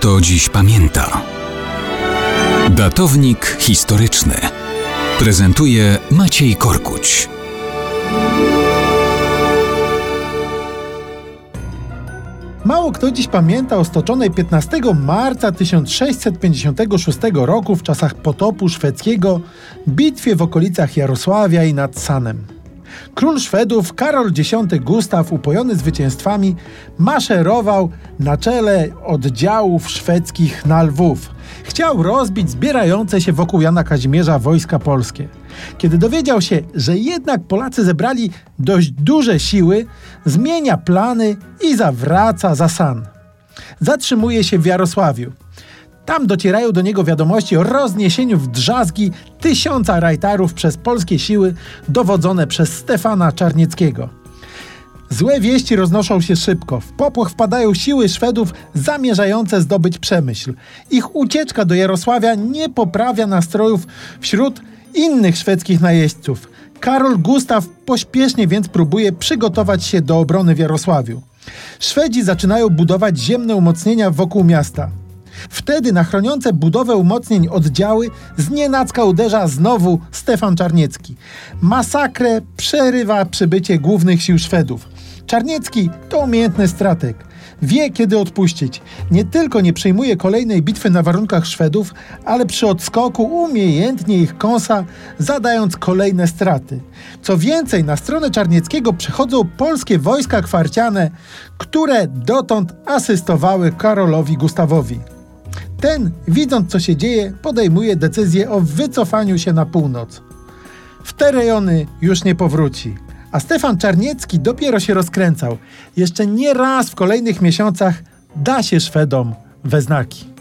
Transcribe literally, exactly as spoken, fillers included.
kto dziś pamięta. Datownik historyczny prezentuje Maciej Korkuć. Mało kto dziś pamięta o stoczonej piętnastego marca tysiąc sześćset pięćdziesiątego szóstego roku w czasach potopu szwedzkiego bitwie w okolicach Jarosławia i nad Sanem. Król Szwedów Karol Dziesiąty Gustaw, upojony zwycięstwami, maszerował na czele oddziałów szwedzkich na Lwów. Chciał rozbić zbierające się wokół Jana Kazimierza wojska polskie. Kiedy dowiedział się, że jednak Polacy zebrali dość duże siły, zmienia plany i zawraca za San. Zatrzymuje się w Jarosławiu. Tam docierają do niego wiadomości o rozniesieniu w drzazgi tysiąca rajtarów przez polskie siły dowodzone przez Stefana Czarnieckiego. Złe wieści roznoszą się szybko. W popłoch wpadają siły Szwedów zamierzające zdobyć Przemyśl. Ich ucieczka do Jarosławia nie poprawia nastrojów wśród innych szwedzkich najeźdźców. Karol Gustaw pośpiesznie więc próbuje przygotować się do obrony w Jarosławiu. Szwedzi zaczynają budować ziemne umocnienia wokół miasta. Wtedy na chroniące budowę umocnień oddziały znienacka uderza znowu Stefan Czarniecki. Masakrę przerywa przybycie głównych sił Szwedów. Czarniecki to umiejętny strateg. Wie, kiedy odpuścić. Nie tylko nie przejmuje kolejnej bitwy na warunkach Szwedów, ale przy odskoku umiejętnie ich kąsa, zadając kolejne straty. Co więcej, na stronę Czarnieckiego przychodzą polskie wojska kwarciane, które dotąd asystowały Karolowi Gustawowi. Ten, widząc co się dzieje, podejmuje decyzję o wycofaniu się na północ. W te rejony już nie powróci. A Stefan Czarniecki dopiero się rozkręcał. Jeszcze nie raz w kolejnych miesiącach da się Szwedom we znaki.